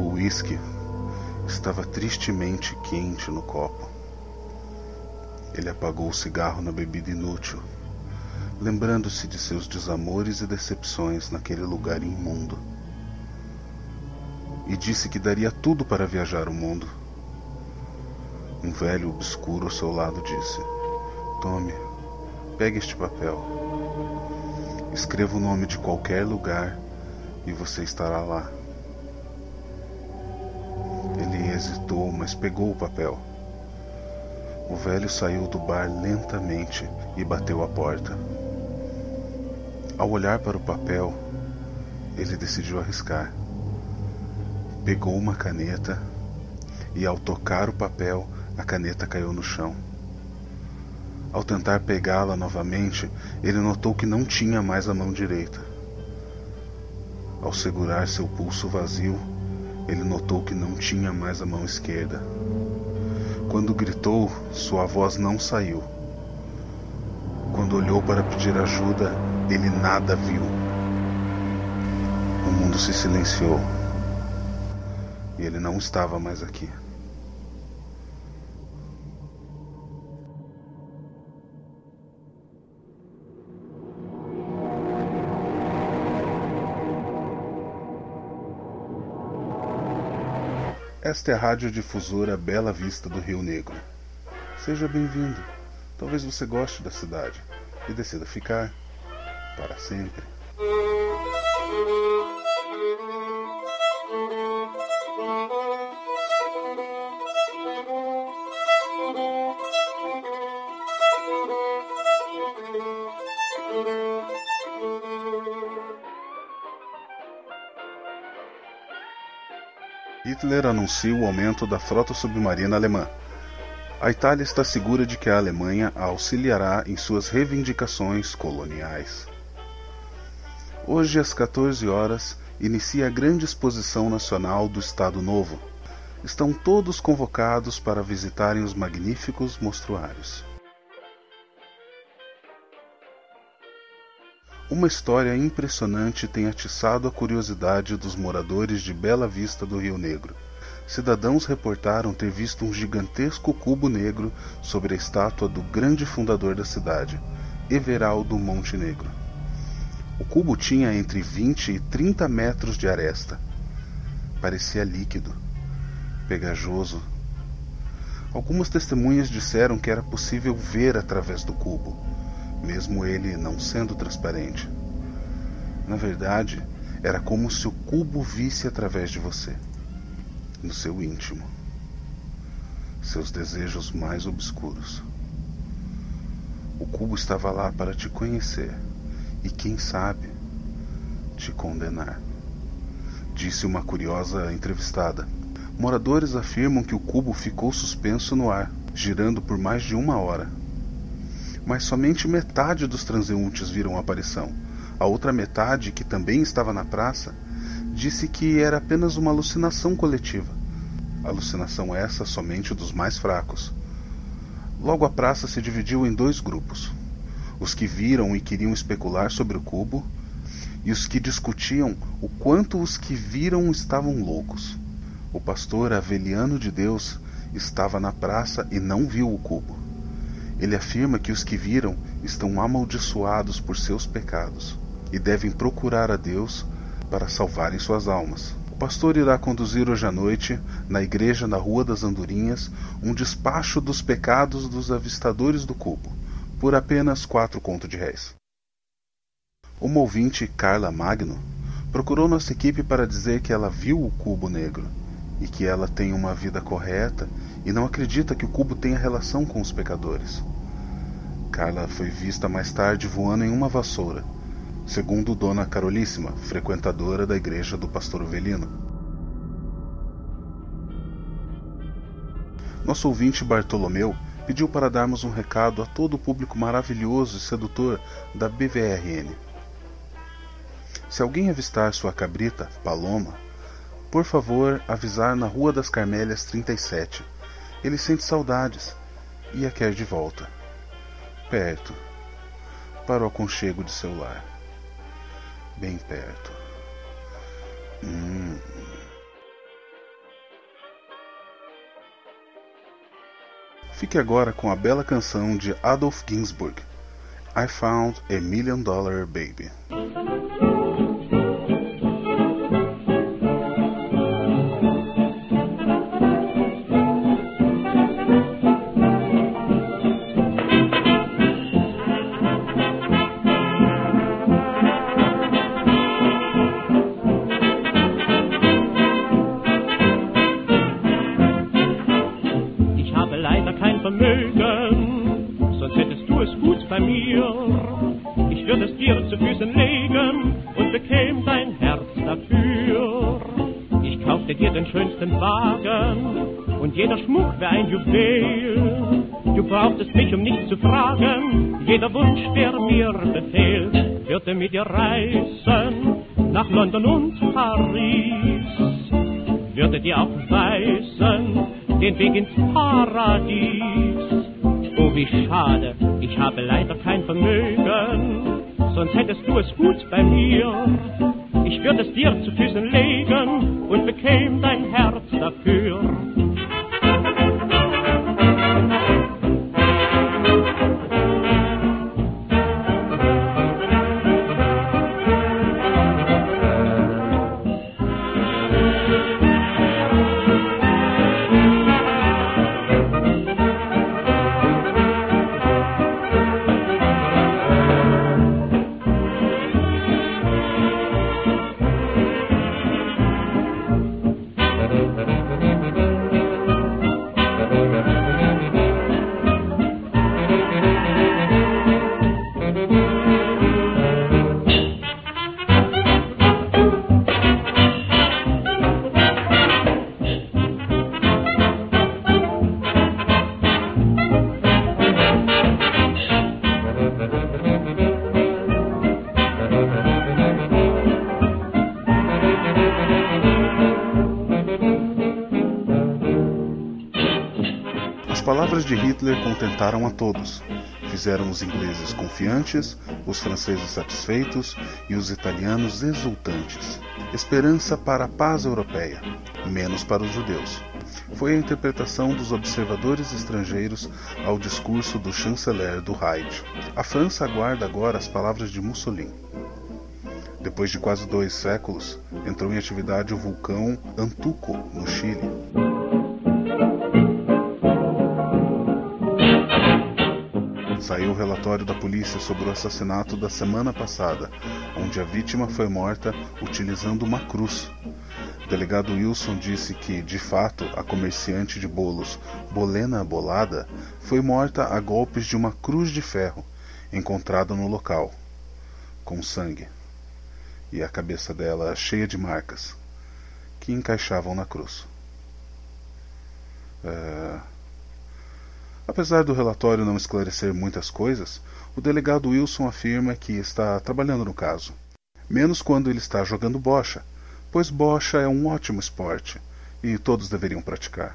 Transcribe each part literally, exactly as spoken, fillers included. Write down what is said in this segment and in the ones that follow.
O uísque estava tristemente quente no copo. Ele apagou o cigarro na bebida inútil, lembrando-se de seus desamores e decepções naquele lugar imundo. E disse que daria tudo para viajar o mundo. Um velho obscuro ao seu lado disse: "Tome, pegue este papel. Escreva o nome de qualquer lugar e você estará lá." Ele hesitou, mas pegou o papel. O velho saiu do bar lentamente e bateu à porta. Ao olhar para o papel, ele decidiu arriscar. Pegou uma caneta e, ao tocar o papel, a caneta caiu no chão. Ao tentar pegá-la novamente, ele notou que não tinha mais a mão direita. Ao segurar seu pulso vazio, ele notou que não tinha mais a mão esquerda. Quando gritou, sua voz não saiu. Quando olhou para pedir ajuda, ele nada viu. O mundo se silenciou. E ele não estava mais aqui. Esta é a radiodifusora Bela Vista do Rio Negro. Seja bem-vindo. Talvez você goste da cidade e decida ficar para sempre. Hitler anuncia o aumento da frota submarina alemã. A Itália está segura de que a Alemanha a auxiliará em suas reivindicações coloniais. Hoje, às quatorze horas, inicia a grande exposição nacional do Estado Novo. Estão todos convocados para visitarem os magníficos mostruários. Uma história impressionante tem atiçado a curiosidade dos moradores de Bela Vista do Rio Negro. Cidadãos reportaram ter visto um gigantesco cubo negro sobre a estátua do grande fundador da cidade, Everaldo Montenegro. O cubo tinha entre vinte e trinta metros de aresta. Parecia líquido, pegajoso. Algumas testemunhas disseram que era possível ver através do cubo, mesmo ele não sendo transparente. Na verdade, era como se o cubo visse através de você, no seu íntimo, seus desejos mais obscuros. O cubo estava lá para te conhecer e, quem sabe, te condenar, disse uma curiosa entrevistada. Moradores afirmam que o cubo ficou suspenso no ar, girando por mais de uma hora. Mas somente metade dos transeuntes viram a aparição. A outra metade, que também estava na praça, disse que era apenas uma alucinação coletiva. Alucinação essa somente dos mais fracos. Logo a praça se dividiu em dois grupos: os que viram e queriam especular sobre o cubo, e os que discutiam o quanto os que viram estavam loucos. O pastor Aveliano de Deus estava na praça e não viu o cubo. Ele afirma que os que viram estão amaldiçoados por seus pecados e devem procurar a Deus para salvarem suas almas. O pastor irá conduzir hoje à noite, na igreja na Rua das Andorinhas, um despacho dos pecados dos avistadores do cubo, por apenas quatro contos de réis. Uma ouvinte, Carla Magno, procurou nossa equipe para dizer que ela viu o cubo negro e que ela tem uma vida correta e não acredita que o cubo tenha relação com os pecadores. Carla foi vista mais tarde voando em uma vassoura, segundo Dona Carolíssima, frequentadora da igreja do pastor Ovelino. Nosso ouvinte Bartolomeu pediu para darmos um recado a todo o público maravilhoso e sedutor da B V R N. Se alguém avistar sua cabrita, Paloma, por favor avisar na Rua das Carmélias trinta e sete. Ele sente saudades e a quer de volta, perto, para o aconchego de seu lar. Bem perto. Hum. Fique agora com a bela canção de Adolf Ginsburg, I Found a Million Dollar Baby. Sonst hättest du es gut bei mir. Ich würde es dir zu Füßen legen und bekäm dein Herz dafür. Ich kaufte dir den schönsten Wagen und jeder Schmuck wär ein Juwel. Du brauchtest mich, um nichts zu fragen. Jeder Wunsch, der mir befehlt, würde mit dir reisen nach London und Paris. Würde dir auch weisen den Weg ins Paradies. Oh, wie schade, ich habe leider kein Vermögen, sonst hättest du es gut bei mir. Ich würde es dir zu Füßen legen und bekäm dein Herz dafür. As palavras de Hitler contentaram a todos. Fizeram os ingleses confiantes, os franceses satisfeitos e os italianos exultantes. Esperança para a paz europeia, menos para os judeus. Foi a interpretação dos observadores estrangeiros ao discurso do chanceler do Reich. A França aguarda agora as palavras de Mussolini. Depois de quase dois séculos, entrou em atividade o vulcão Antuco, no Chile. Saiu o relatório da polícia sobre o assassinato da semana passada, onde a vítima foi morta utilizando uma cruz. O delegado Wilson disse que, de fato, a comerciante de bolos Bolena Bolada foi morta a golpes de uma cruz de ferro, encontrada no local, com sangue, e a cabeça dela cheia de marcas, que encaixavam na cruz. É... Apesar do relatório não esclarecer muitas coisas, o delegado Wilson afirma que está trabalhando no caso. Menos quando ele está jogando bocha, pois bocha é um ótimo esporte e todos deveriam praticar.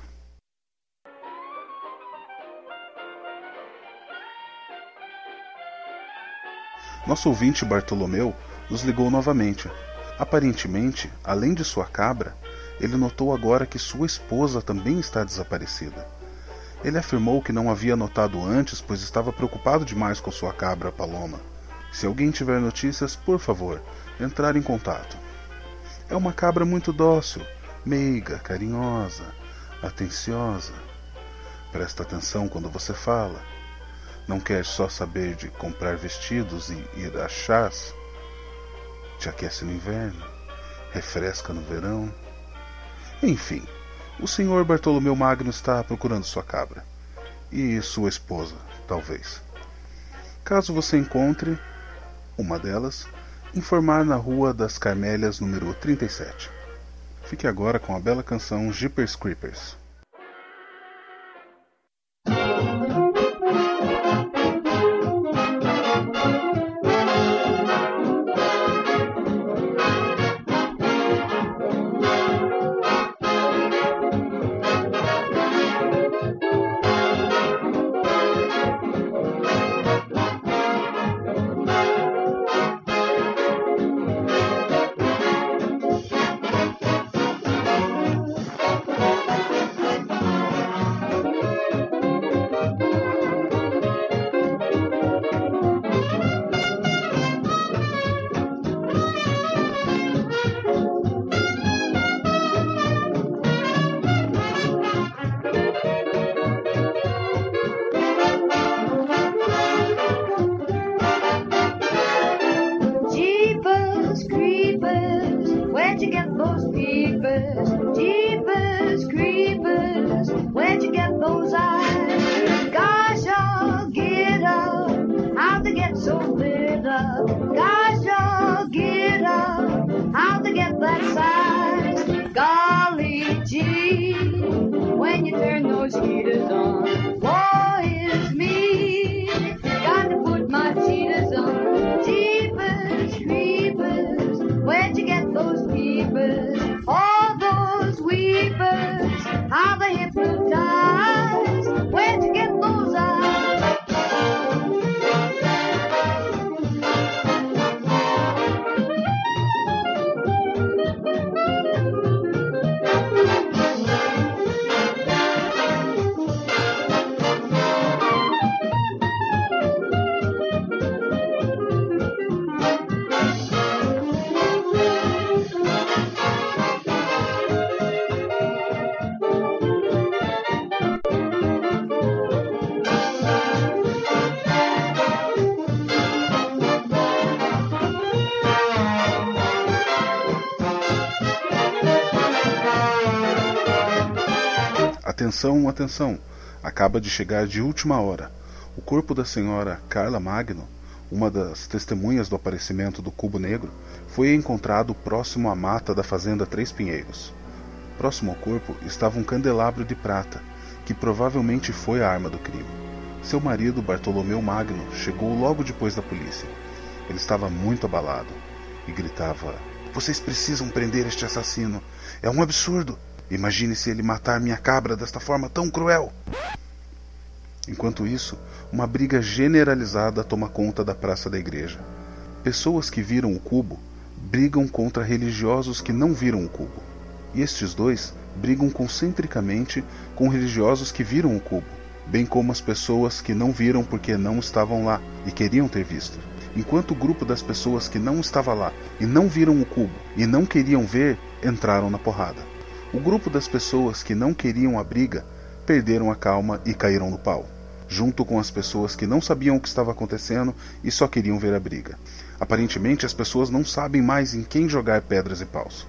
Nosso ouvinte Bartolomeu nos ligou novamente. Aparentemente, além de sua cabra, ele notou agora que sua esposa também está desaparecida. Ele afirmou que não havia notado antes, pois estava preocupado demais com sua cabra Paloma. Se alguém tiver notícias, por favor, entrar em contato. É uma cabra muito dócil, meiga, carinhosa, atenciosa. Presta atenção quando você fala. Não quer só saber de comprar vestidos e ir a chás. Te aquece no inverno, refresca no verão. Enfim, o senhor Bartolomeu Magno está procurando sua cabra. E sua esposa, talvez. Caso você encontre uma delas, informar na Rua das Carmélias, número trinta e sete. Fique agora com a bela canção Jeepers Creepers. Atenção, atenção! Acaba de chegar de última hora. O corpo da senhora Carla Magno, uma das testemunhas do aparecimento do cubo negro, foi encontrado próximo à mata da fazenda Três Pinheiros. Próximo ao corpo estava um candelabro de prata, que provavelmente foi a arma do crime. Seu marido, Bartolomeu Magno, chegou logo depois da polícia. Ele estava muito abalado e gritava: "Vocês precisam prender este assassino! É um absurdo! Imagine se ele matar minha cabra desta forma tão cruel!" Enquanto isso, uma briga generalizada toma conta da praça da igreja. Pessoas que viram o cubo brigam contra religiosos que não viram o cubo. E estes dois brigam concentricamente com religiosos que viram o cubo, bem como as pessoas que não viram porque não estavam lá e queriam ter visto. Enquanto o grupo das pessoas que não estava lá e não viram o cubo e não queriam ver, entraram na porrada. O grupo das pessoas que não queriam a briga perderam a calma e caíram no pau, junto com as pessoas que não sabiam o que estava acontecendo e só queriam ver a briga. Aparentemente, as pessoas não sabem mais em quem jogar pedras e paus.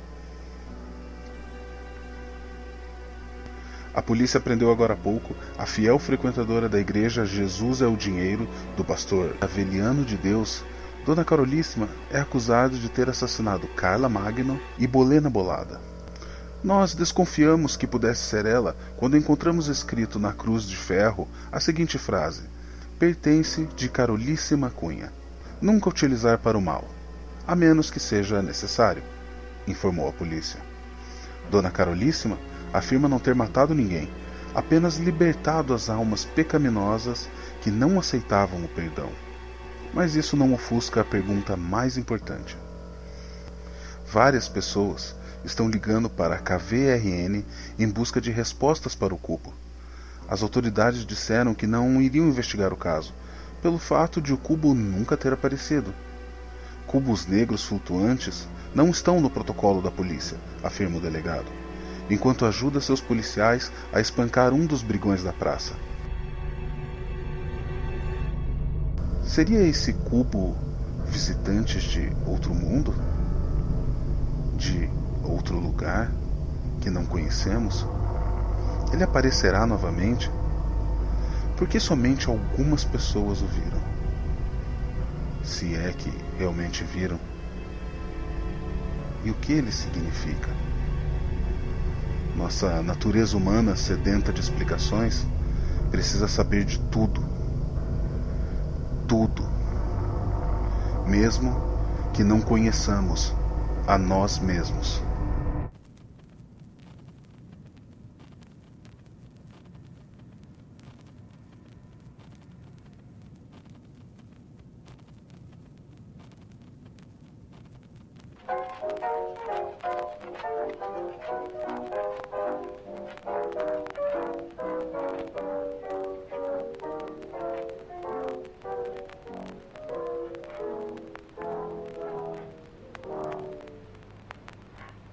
A polícia prendeu agora há pouco a fiel frequentadora da igreja Jesus é o Dinheiro, do pastor Aveliano de Deus. Dona Carolíssima é acusada de ter assassinado Carla Magno e Bolena Bolada. Nós desconfiamos que pudesse ser ela quando encontramos escrito na cruz de ferro a seguinte frase: "Pertence de Carolíssima Cunha. Nunca utilizar para o mal, a menos que seja necessário", informou a polícia. Dona Carolíssima afirma não ter matado ninguém, apenas libertado as almas pecaminosas que não aceitavam o perdão. Mas isso não ofusca a pergunta mais importante. Várias pessoas estão ligando para a K V R N em busca de respostas para o cubo. As autoridades disseram que não iriam investigar o caso, pelo fato de o cubo nunca ter aparecido. Cubos negros flutuantes não estão no protocolo da polícia, afirma o delegado, enquanto ajuda seus policiais a espancar um dos brigões da praça. Seria esse cubo visitantes de outro mundo? De outro lugar que não conhecemos? Ele aparecerá novamente? Porque somente algumas pessoas o viram. Se é que realmente viram. E o que ele significa? Nossa natureza humana, sedenta de explicações, precisa saber de tudo. Tudo. Mesmo que não conheçamos a nós mesmos.